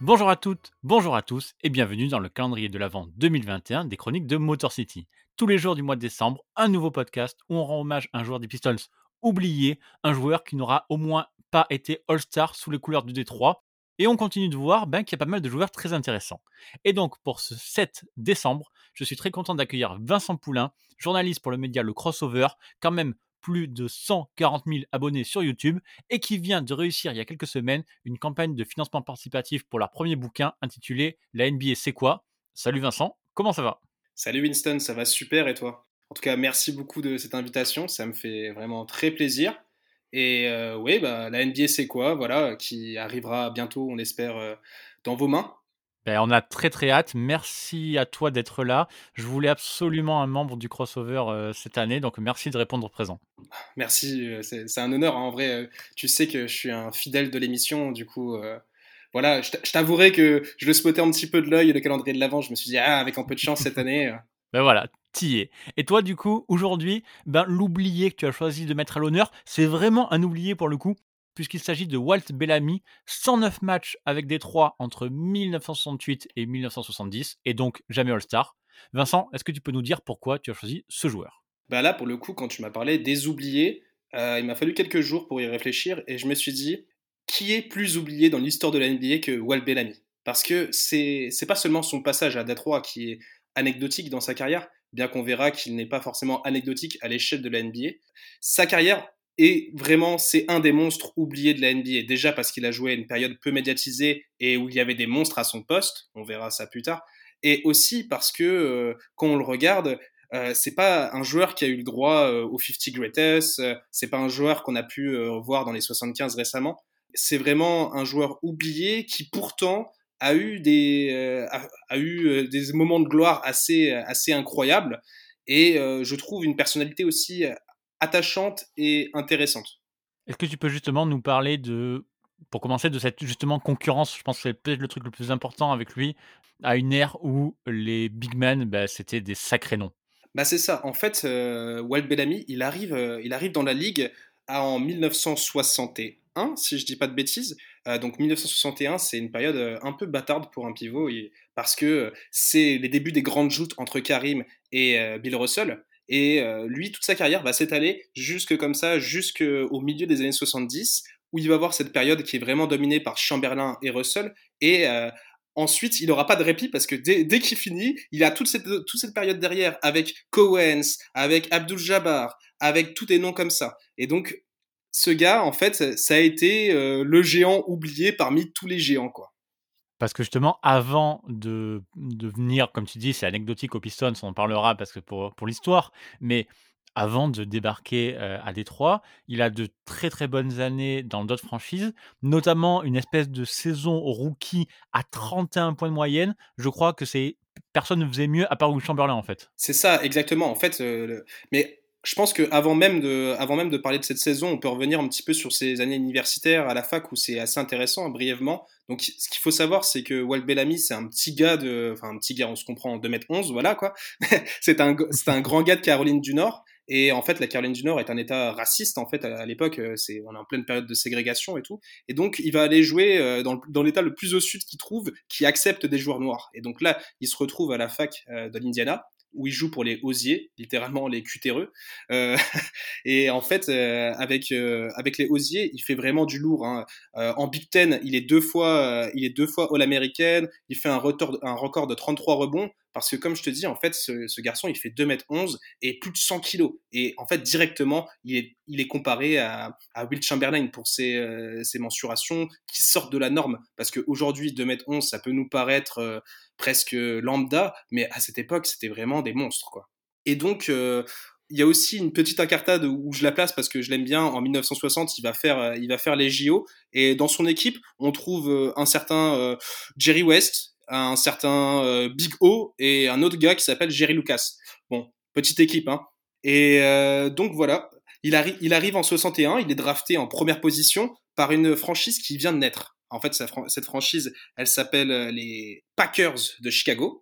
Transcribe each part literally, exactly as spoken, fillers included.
Bonjour à toutes, bonjour à tous et bienvenue dans le calendrier de l'Avent deux mille vingt et un des chroniques de Motor City. Tous les jours du mois de décembre, un nouveau podcast où on rend hommage à un joueur des Pistons oublié, un joueur qui n'aura au moins pas été All-Star sous les couleurs du Détroit. Et on continue de voir ben, qu'il y a pas mal de joueurs très intéressants. Et donc pour ce sept décembre, je suis très content d'accueillir Vincent Poulain, journaliste pour le média Le Crossover, quand même plus de cent quarante mille abonnés sur YouTube et qui vient de réussir il y a quelques semaines une campagne de financement participatif pour leur premier bouquin intitulé La N B A c'est quoi. Salut Vincent, comment ça va? Salut Winston, ça va super et toi? En tout cas, merci beaucoup de cette invitation, ça me fait vraiment très plaisir. Et euh, oui, bah, la N B A c'est quoi? Voilà, qui arrivera bientôt, on espère, euh, dans vos mains. Ben, on a très très hâte. Merci à toi d'être là. Je voulais absolument un membre du crossover euh, cette année, donc merci de répondre présent. Merci, euh, c'est c'est un honneur, hein. En vrai, euh, tu sais que je suis un fidèle de l'émission, du coup, euh, voilà, je t'a- je t'avouerai que je le spottais un petit peu de l'œil, le calendrier de l'avant. Je me suis dit, ah, avec un peu de chance cette année. euh, Ben voilà, t'y es. Et toi, du coup, aujourd'hui, ben, l'oublié que tu as choisi de mettre à l'honneur, c'est vraiment un oublié pour le coup, puisqu'il s'agit de Walt Bellamy, cent neuf matchs avec Détroit entre mille neuf cent soixante-huit et mille neuf cent soixante-dix, et donc jamais All-Star. Vincent, est-ce que tu peux nous dire pourquoi tu as choisi ce joueur? Bah là, pour le coup, quand tu m'as parlé des oubliés, euh, il m'a fallu quelques jours pour y réfléchir et je me suis dit, qui est plus oublié dans l'histoire de la N B A que Walt Bellamy? Parce que c'est c'est pas seulement son passage à Détroit qui est anecdotique dans sa carrière, bien qu'on verra qu'il n'est pas forcément anecdotique à l'échelle de la N B A. Sa carrière est vraiment, c'est un des monstres oubliés de la N B A. Déjà parce qu'il a joué à une période peu médiatisée et où il y avait des monstres à son poste, on verra ça plus tard. Et aussi parce que euh, quand on le regarde, euh, c'est pas un joueur qui a eu le droit euh, aux cinquante greatest, euh, c'est pas un joueur qu'on a pu euh, voir dans les soixante-quinze récemment. C'est vraiment un joueur oublié qui pourtant a eu des, euh, a, a eu euh, des moments de gloire assez, assez incroyables et euh, je trouve une personnalité aussi attachante et intéressante. Est-ce que tu peux justement nous parler de, pour commencer, de cette justement concurrence, je pense que c'est peut-être le truc le plus important avec lui, à une ère où les big men, bah, c'était des sacrés noms. Bah c'est ça. En fait, euh, Walt Bellamy, il arrive, euh, il arrive dans la ligue à- en mille neuf cent soixante et un, si je dis pas de bêtises. Euh, donc mille neuf cent soixante et un, c'est une période euh, un peu bâtarde pour un pivot et- parce que euh, c'est les débuts des grandes joutes entre Karim et euh, Bill Russell. Et euh, lui, toute sa carrière va s'étaler jusque comme ça, jusqu'au milieu des années soixante-dix, où il va avoir cette période qui est vraiment dominée par Chamberlain et Russell. Et euh, ensuite, il n'aura pas de répit parce que dès, dès qu'il finit, il a toute cette, toute cette période derrière avec Cowens, avec Abdul Jabbar, avec tous des noms comme ça. Et donc, ce gars, en fait, ça a été euh, le géant oublié parmi tous les géants, quoi. Parce que justement, avant de de venir, comme tu dis, c'est anecdotique aux Pistons, on en parlera parce que pour pour l'histoire, mais avant de débarquer, heu, à Détroit, il a de très, très bonnes années dans d'autres franchises, notamment une espèce de saison rookie à trente et un points de moyenne. Je crois que c'est personne ne faisait mieux à part Will Chamberlain, en fait. C'est ça, exactement. En fait, euh, le- mais je pense qu'avant même de, avant même de parler de cette saison, on peut revenir un petit peu sur ses années universitaires à la fac où c'est assez intéressant, hein, brièvement. Donc, ce qu'il faut savoir, c'est que Walt Bellamy, c'est un petit gars de, enfin, un petit gars, on se comprend, deux mètres onze, voilà, quoi. c'est un, c'est un grand gars de Caroline du Nord. Et en fait, la Caroline du Nord est un État raciste. En fait, à, à l'époque, euh, c'est, on est en pleine période de ségrégation et tout. Et donc, il va aller jouer euh, dans, le- dans l'État le plus au sud qu'il trouve, qui accepte des joueurs noirs. Et donc là, il se retrouve à la fac euh, de l'Indiana où il joue pour les osiers, littéralement les cutéreux. Euh, et en fait, euh, avec, euh, avec les osiers, il fait vraiment du lourd, hein. Euh, en Big Ten, il est deux fois, euh, il est deux fois All-American. Il fait un, record, un record de trente-trois rebonds. Parce que comme je te dis, en fait, ce, ce garçon, il fait deux mètres onze et plus de cent kilos. Et en fait, directement, il est, il est comparé à, à Will Chamberlain pour ses, euh, ses mensurations qui sortent de la norme. Parce qu'aujourd'hui, deux mètres onze, ça peut nous paraître euh, presque lambda, mais à cette époque, c'était vraiment des monstres, quoi. Et donc, euh, il y a aussi une petite incartade où je la place parce que je l'aime bien. En mille neuf cent soixante, il va faire, euh, il va faire les J O. Et dans son équipe, on trouve euh, un certain euh, Jerry West, un certain euh, Big O et un autre gars qui s'appelle Jerry Lucas. Bon, petite équipe, hein. Et euh, donc voilà, il, arri- il arrive en soixante et un, il est drafté en première position par une franchise qui vient de naître. En fait, cette franchise, elle s'appelle euh, les Packers de Chicago.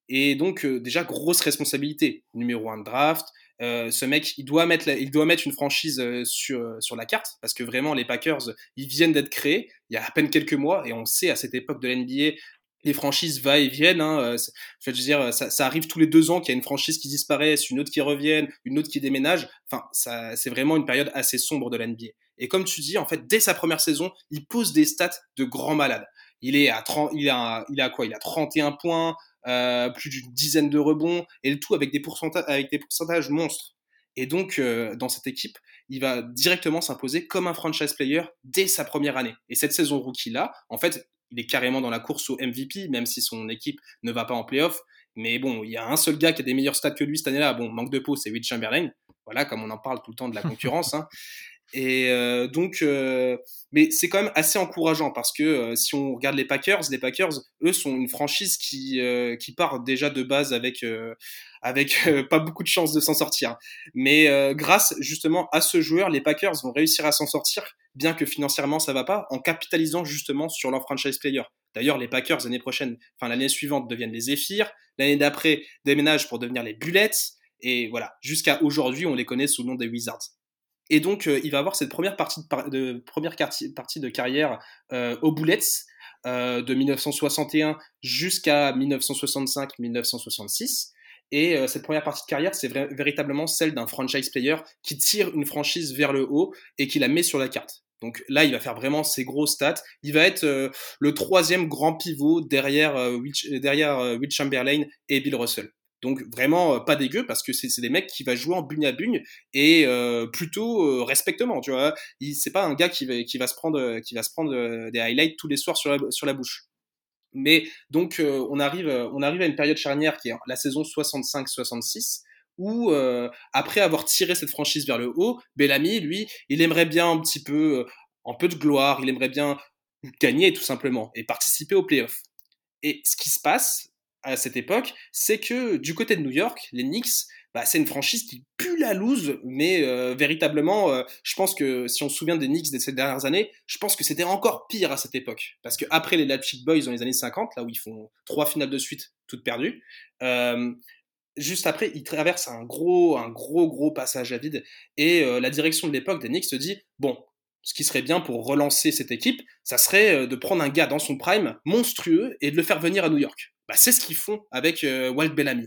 Et donc, euh, déjà, grosse responsabilité. Numéro un de draft. Euh, ce mec, il doit mettre, la, il doit mettre une franchise euh, sur, euh, sur la carte parce que vraiment, les Packers, ils viennent d'être créés il y a à peine quelques mois et on sait à cette époque de l'N B A, les franchises va et viennent. Hein, euh, je veux dire, ça, ça arrive tous les deux ans qu'il y a une franchise qui disparaisse, une autre qui revienne, une autre qui déménage. Enfin, ça, c'est vraiment une période assez sombre de l'N B A. Et comme tu dis, en fait, dès sa première saison, il pose des stats de grand malade. Il est à trente, il a, il a quoi Il a trente et un points, euh, plus d'une dizaine de rebonds, et le tout avec des pourcentages, avec des pourcentages monstres. Et donc, euh, dans cette équipe, il va directement s'imposer comme un franchise player dès sa première année. Et cette saison rookie-là, en fait, il est carrément dans la course au M V P, même si son équipe ne va pas en playoff. Mais bon, il y a un seul gars qui a des meilleurs stats que lui cette année-là. Bon, manque de peau, c'est Will Chamberlain. Voilà, comme on en parle tout le temps de la concurrence. Hein. Et euh, donc, euh, mais c'est quand même assez encourageant parce que euh, si on regarde les Packers, les Packers, eux, sont une franchise qui euh, qui part déjà de base avec euh, avec euh, pas beaucoup de chances de s'en sortir. Mais euh, grâce justement à ce joueur, les Packers vont réussir à s'en sortir, bien que financièrement ça va pas, en capitalisant justement sur leur franchise player. D'ailleurs, les Packers l'année prochaine, enfin l'année suivante, deviennent les Zephyrs. L'année d'après, déménagent pour devenir les Bullets. Et voilà, jusqu'à aujourd'hui, on les connaît sous le nom des Wizards. Et donc, euh, il va avoir cette première partie de, par- de, première partie, partie de carrière euh, aux Bullets euh, de dix-neuf cent soixante et un jusqu'à dix-neuf cent soixante-cinq dix-neuf cent soixante-six. Et euh, cette première partie de carrière, c'est vra- véritablement celle d'un franchise player qui tire une franchise vers le haut et qui la met sur la carte. Donc là, il va faire vraiment ses gros stats. Il va être euh, le troisième grand pivot derrière, euh, Will, derrière euh, Will Chamberlain et Bill Russell. Donc vraiment euh, pas dégueu parce que c'est, c'est des mecs qui va jouer en bugne à bugne et euh, plutôt euh, respectement, tu vois. Il, c'est pas un gars qui va, qui va se prendre, qui va se prendre euh, des highlights tous les soirs sur la, sur la bouche. Mais donc euh, on arrive, on arrive à une période charnière qui est la saison soixante-cinq soixante-six où euh, après avoir tiré cette franchise vers le haut, Bellamy, lui, il aimerait bien un petit peu, euh, un peu de gloire, il aimerait bien gagner tout simplement et participer aux playoffs. Et ce qui se passe à cette époque, c'est que du côté de New York, les Knicks, bah, c'est une franchise qui pue la loose, mais euh, véritablement, euh, je pense que si on se souvient des Knicks de ces dernières années, je pense que c'était encore pire à cette époque. Parce qu'après les Leipzig Boys dans les années cinquante, là où ils font trois finales de suite, toutes perdues, euh, juste après, ils traversent un gros, un gros, gros passage à vide. Et euh, la direction de l'époque des Knicks se dit, bon, ce qui serait bien pour relancer cette équipe, ça serait euh, de prendre un gars dans son prime, monstrueux, et de le faire venir à New York. Bah, c'est ce qu'ils font avec euh, Walt Bellamy.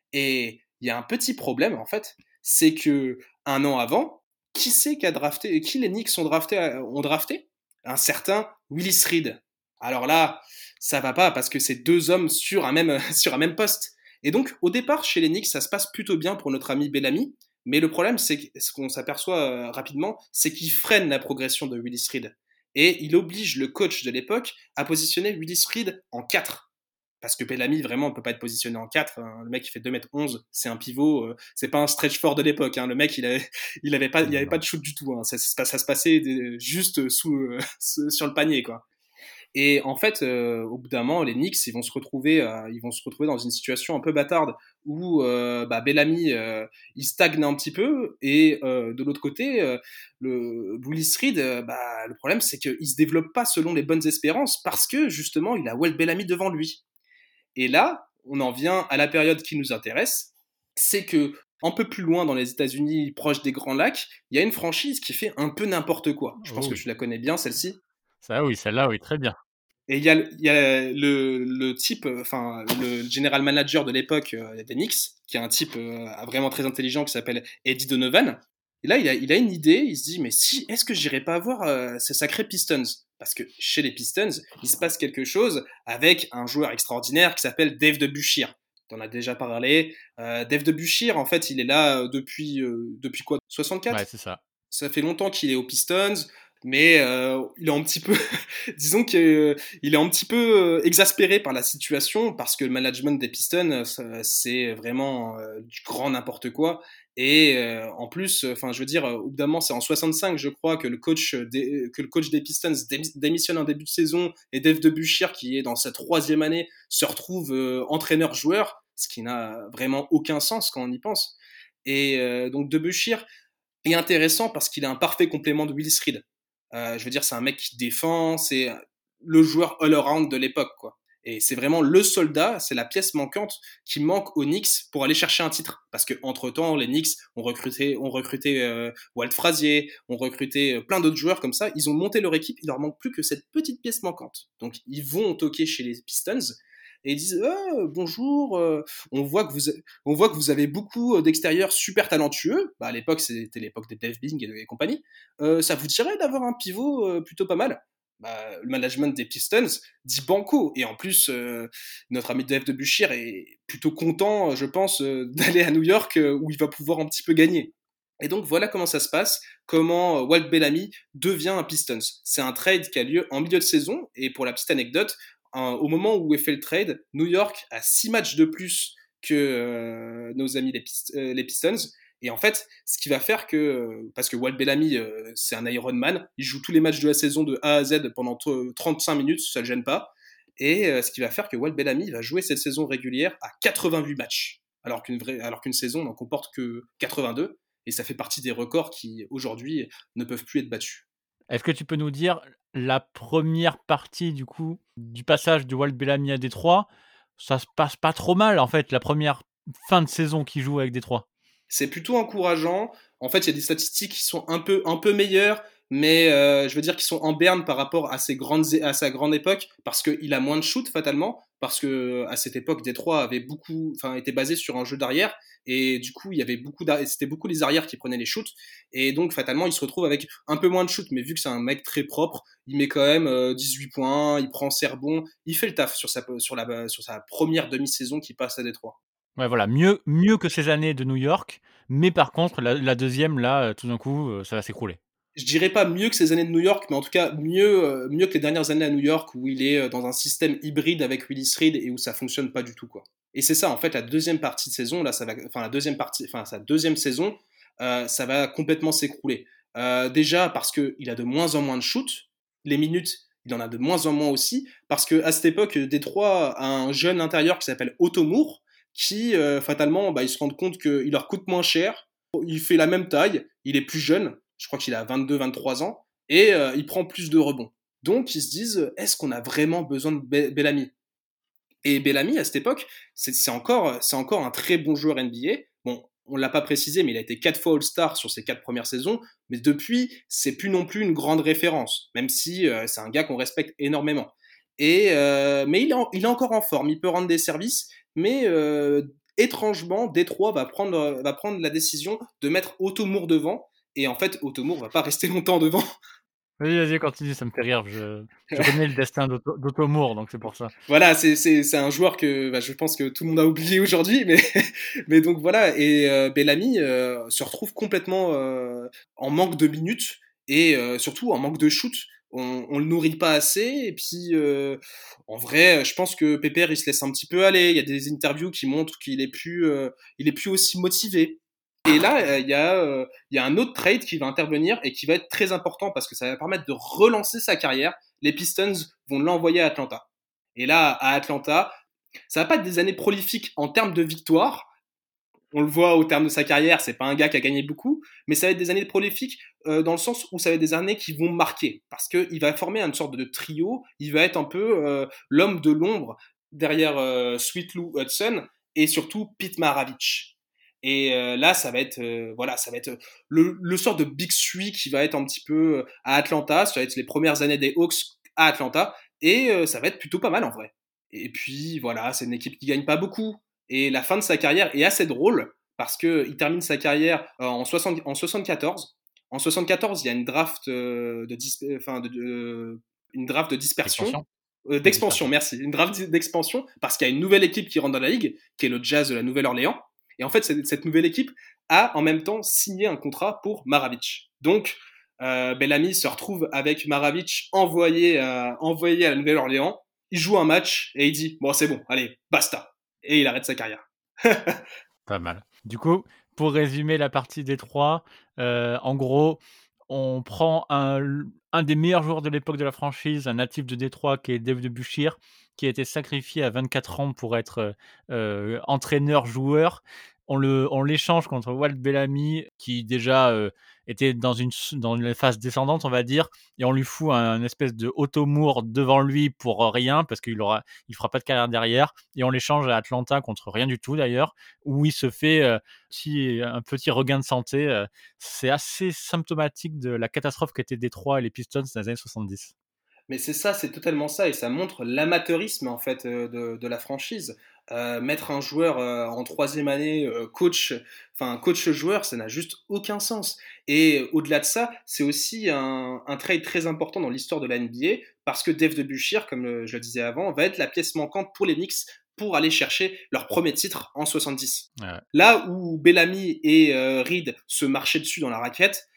Et il y a un petit problème, en fait, c'est que un an avant, qui c'est qui a drafté, qui les Knicks ont drafté, ont drafté un certain Willis Reed. Alors là, ça va pas parce que c'est deux hommes sur un même, sur un même poste. Et donc, au départ, chez les Knicks, ça se passe plutôt bien pour notre ami Bellamy. Mais le problème, c'est que ce qu'on s'aperçoit euh, rapidement, c'est qu'il freine la progression de Willis Reed. Et il oblige le coach de l'époque à positionner Willis Reed en quatre. Parce que Bellamy, vraiment, ne peut pas être positionné en quatre. Hein. Le mec, il fait deux mètres onze, c'est un pivot. Euh, c'est pas un stretch fort de l'époque. Hein. Le mec, il avait, il avait pas, il avait pas de shoot du tout. Hein. Ça, ça, ça se passait juste sous, euh, sur le panier, quoi. Et en fait, euh, au bout d'un moment, les Knicks, ils vont se retrouver, euh, ils vont se retrouver dans une situation un peu bâtarde où euh, bah, Bellamy, euh, il stagne un petit peu, et euh, de l'autre côté, euh, le Willis Reed, euh, bah, le problème, c'est qu'il se développe pas selon les bonnes espérances parce que justement, il a Walt Bellamy devant lui. Et là, on en vient à la période qui nous intéresse, c'est que un peu plus loin dans les États-Unis, proche des Grands Lacs, il y a une franchise qui fait un peu n'importe quoi. Je pense Oh que oui. tu la connais bien, celle-ci. Ça oui, celle-là, oui, très bien. Et il y a, il y a le, le type, enfin le general manager de l'époque euh, des Knicks, qui est un type euh, vraiment très intelligent qui s'appelle Eddie Donovan. Et là, il a, il a une idée, il se dit, mais si, est-ce que j'irais pas voir euh, ces sacrés Pistons? Parce que chez les Pistons, il se passe quelque chose avec un joueur extraordinaire qui s'appelle Dave DeBusschere. T'en as déjà parlé. Euh, Dave DeBusschere, en fait, il est là euh, depuis, euh, depuis quoi? Ouais, soixante-quatre? c'est ça. Ça fait longtemps qu'il est aux Pistons, mais euh, il est un petit peu, disons qu'il euh, est un petit peu euh, exaspéré par la situation parce que le management des Pistons, euh, c'est vraiment euh, du grand n'importe quoi. Et euh, en plus, enfin, je veux dire, au bout d'un moment, c'est en soixante-cinq, je crois, que le coach des, que le coach des Pistons démissionne en début de saison et Dave DeBusschere, qui est dans sa troisième année, se retrouve euh, entraîneur-joueur, ce qui n'a vraiment aucun sens quand on y pense. Et euh, donc DeBusschere est intéressant parce qu'il est un parfait complément de Willis Reed. Euh, je veux dire, c'est un mec qui défend, c'est le joueur all-around de l'époque, quoi. Et c'est vraiment le soldat, c'est la pièce manquante qui manque aux Knicks pour aller chercher un titre. Parce qu'entre-temps, les Knicks ont recruté, ont recruté euh, Walt Frazier, ont recruté euh, plein d'autres joueurs comme ça. Ils ont monté leur équipe, il leur manque plus que cette petite pièce manquante. Donc ils vont toquer chez les Pistons et ils disent oh, bonjour, euh, on voit que vous on voit que vous avez beaucoup d'extérieurs super talentueux. Bah, à l'époque, c'était l'époque des Dave Bing et, et compagnie. Euh, ça vous dirait d'avoir un pivot euh, plutôt pas mal? Bah, le management des Pistons dit banco. Et en plus, euh, notre ami Dave Debussy est plutôt content, je pense, euh, d'aller à New York euh, où il va pouvoir un petit peu gagner. Et donc voilà comment ça se passe, comment Walt Bellamy devient un Pistons. C'est un trade qui a lieu en milieu de saison, et pour la petite anecdote, un, au moment où est fait le trade, New York a six matchs de plus que euh, nos amis les, Pist- euh, les Pistons. Et en fait, ce qui va faire que, parce que Walt Bellamy, euh, c'est un Iron Man, il joue tous les matchs de la saison de A à Z pendant trente-cinq minutes, ça le gêne pas. Et euh, ce qui va faire que Walt Bellamy va jouer cette saison régulière à quatre-vingt-huit matchs, alors qu'une, vraie, alors qu'une saison n'en comporte que quatre-vingt-deux. Et ça fait partie des records qui, aujourd'hui, ne peuvent plus être battus. Est-ce que tu peux nous dire la première partie du coup du passage de Walt Bellamy à Détroit? Ça se passe pas trop mal en fait, la première fin de saison qu'il joue avec Détroit. C'est plutôt encourageant. En fait, il y a des statistiques qui sont un peu, un peu meilleures, mais euh, je veux dire qu'ils sont en berne par rapport à, ses grandes, à sa grande époque, parce qu'il a moins de shoot fatalement, parce que à cette époque, Détroit avait beaucoup, enfin, était basé sur un jeu d'arrière, et du coup, il y avait beaucoup, c'était beaucoup les arrières qui prenaient les shoots, et donc fatalement, il se retrouve avec un peu moins de shoot, mais vu que c'est un mec très propre, il met quand même euh, dix-huit points, il prend ses rebonds, il fait le taf sur sa, sur la, sur sa première demi-saison qui passe à Détroit. Ouais, voilà, mieux mieux que ces années de New York, mais par contre la la deuxième là, heu, tout d'un coup, heu, ça va s'écrouler. Je dirais pas mieux que ses années de New York, mais en tout cas mieux, euh, mieux que les dernières années à New York où il est euh, dans un système hybride avec Willis Reed et où ça fonctionne pas du tout, quoi. Et c'est ça, en fait, la deuxième partie de saison, là, ça va, enfin la deuxième partie, enfin sa deuxième saison, euh, ça va complètement s'écrouler. Euh, déjà parce que il a de moins en moins de shoot, les minutes, il en a de moins en moins aussi, parce que à cette époque, Détroit a un jeune intérieur qui s'appelle Otto Moore, qui euh, fatalement, bah, ils se rendent compte qu'il leur coûte moins cher, il fait la même taille, il est plus jeune, je crois qu'il a vingt-deux vingt-trois ans, et euh, il prend plus de rebonds. Donc ils se disent, est-ce qu'on a vraiment besoin de Be- Bellamy? Et Bellamy, à cette époque, c'est, c'est, encore, c'est encore un très bon joueur N B A. Bon, on ne l'a pas précisé, mais il a été quatre fois All-Star sur ses quatre premières saisons. Mais depuis, c'est plus non plus une grande référence, même si euh, c'est un gars qu'on respecte énormément. Et, euh, mais il est, en, il est encore en forme, il peut rendre des services, mais euh, étrangement, Détroit va prendre, va prendre la décision de mettre Otto Moore devant. Et en fait, Otto Moore va pas rester longtemps devant. Vas-y, vas-y, continue, ça me fait rire. Je je connais le destin d'Otto d'Otto Moore, donc c'est pour ça. Voilà, c'est, c'est, c'est un joueur que bah, je pense que tout le monde a oublié aujourd'hui, mais, mais donc voilà, et euh, Bellamy euh, se retrouve complètement euh, en manque de minutes et euh, surtout en manque de shoot. On, on le nourrit pas assez, et puis euh, en vrai, je pense que Pépère il se laisse un petit peu aller. Il y a des interviews qui montrent qu'il est plus, euh, il est plus aussi motivé. Et là, euh, il y a, euh, il y a un autre trade qui va intervenir et qui va être très important parce que ça va permettre de relancer sa carrière. Les Pistons vont l'envoyer à Atlanta. Et là, à Atlanta, ça va pas être des années prolifiques en termes de victoires. On le voit au terme de sa carrière, c'est pas un gars qui a gagné beaucoup, mais ça va être des années prolifiques euh, dans le sens où ça va être des années qui vont marquer. Parce qu'il va former une sorte de trio, il va être un peu euh, l'homme de l'ombre derrière euh, Sweet Lou Hudson et surtout Pete Maravich. Et euh, là, ça va être, euh, voilà, ça va être le, le sort de Big Three qui va être un petit peu à Atlanta. Ça va être les premières années des Hawks à Atlanta. Et euh, ça va être plutôt pas mal en vrai. Et puis voilà, c'est une équipe qui gagne pas beaucoup. Et la fin de sa carrière est assez drôle parce qu'il termine sa carrière euh, en, soixante, en soixante-quatorze. En soixante-quatorze, il y a une draft, euh, de, dis, enfin, de, de, une draft de dispersion. Expansion? Euh, Oui, d'expansion, dispersion. merci. Une draft d'expansion parce qu'il y a une nouvelle équipe qui rentre dans la ligue, qui est le Jazz de la Nouvelle-Orléans. Et en fait, cette, cette nouvelle équipe a en même temps signé un contrat pour Maravich. Donc, euh, Bellamy se retrouve avec Maravich envoyé, euh, envoyé à la Nouvelle-Orléans. Il joue un match et il dit bon, c'est bon, allez, basta. Et il arrête sa carrière. Pas mal. Du coup, pour résumer la partie Détroit, heu, en gros, on prend un l un des meilleurs joueurs de l'époque de la franchise, un natif de Détroit qui est Dave Debussy, qui a été sacrifié à vingt-quatre ans pour être, heu heu, entraîneur-joueur on le on l'échange contre Walt Bellamy qui déjà, heu, était dans une s dans une phase descendante, on va dire, et on lui fout un espèce de Otto Moore devant lui pour, heu, rien parce qu'il aura il fera pas de carrière derrière, et on l'échange à Atlanta contre rien du tout d'ailleurs, où il se fait, heu, petit un petit regain de santé, heu, c'est assez symptomatique de la catastrophe qu'étaient Détroit et les Pistons dans les années soixante-dix. Mais c'est ça, c'est totalement ça, et ça montre l'amateurisme en fait euh, de, de la franchise. Euh, mettre un joueur euh, en troisième année euh, coach, enfin coach joueur, ça n'a juste aucun sens. Et au-delà de ça, c'est aussi un, un trade très important dans l'histoire de la N B A parce que Dave DeBusschere, comme le- je le disais avant, va être la pièce manquante pour les Knicks pour aller chercher leur premier titre en soixante-dix. Ouais. Là où Bellamy et euh, Reed se marchaient dessus dans la raquette,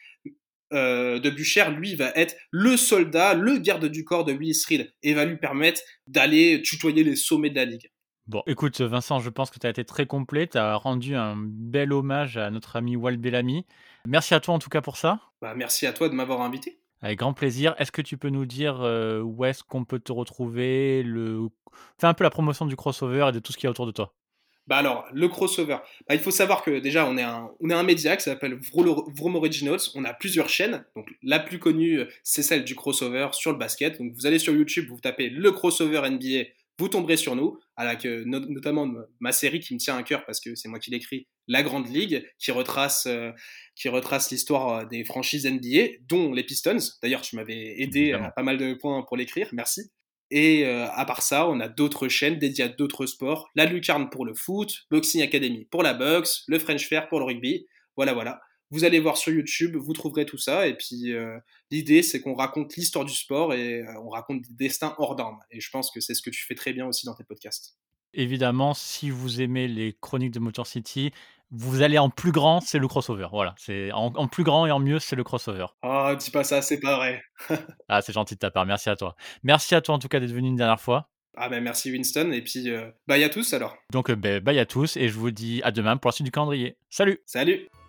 euh, de Bucher, lui, va être le soldat, le garde du corps de Willis Reed et va lui permettre d'aller tutoyer les sommets de la ligue. Bon, écoute, Vincent, je pense que tu as été très complet. Tu as rendu un bel hommage à notre ami Walt Bellamy. Merci à toi en tout cas pour ça. Bah, merci à toi de m'avoir invité. Avec grand plaisir. Est-ce que tu peux nous dire, heu, où est-ce qu'on peut te retrouver? Le Fais un peu la promotion du crossover et de tout ce qu'il y a autour de toi. Bah alors, le crossover. Bah, il faut savoir que déjà, on est un, on est un média qui s'appelle Vroom Vroom Originals. On a plusieurs chaînes. Donc, la plus connue, c'est celle du crossover sur le basket. Donc, vous allez sur YouTube, vous tapez le crossover N B A, vous tomberez sur nous. Avec euh, no- notamment ma série qui me tient à cœur parce que c'est moi qui l'écris, La Grande Ligue, qui retrace, euh, qui retrace l'histoire euh, des franchises N B A, dont les Pistons. D'ailleurs, tu m'avais aidé à Évidemment. pas mal de points pour l'écrire. Merci. Et euh, à part ça, on a d'autres chaînes dédiées à d'autres sports. La Lucarne pour le foot, Boxing Academy pour la boxe, le French Fair pour le rugby. Voilà, voilà. Vous allez voir sur YouTube, vous trouverez tout ça. Et puis euh, l'idée, c'est qu'on raconte l'histoire du sport et euh, on raconte des destins hors normes. Et je pense que c'est ce que tu fais très bien aussi dans tes podcasts. Évidemment, si vous aimez les chroniques de Motor City, vous allez en plus grand, c'est le crossover. Voilà, c'est en en plus grand et en mieux, c'est le crossover. Oh, dis pas ça, c'est pas vrai. Ah, c'est gentil de ta part, merci à toi. Merci à toi en tout cas d'être venu une dernière fois. Ah ben merci Winston. Et puis, euh, bye à tous alors. Donc, heu, beh, bye à tous et je vous dis à demain pour la suite du calendrier. Salut! Salut!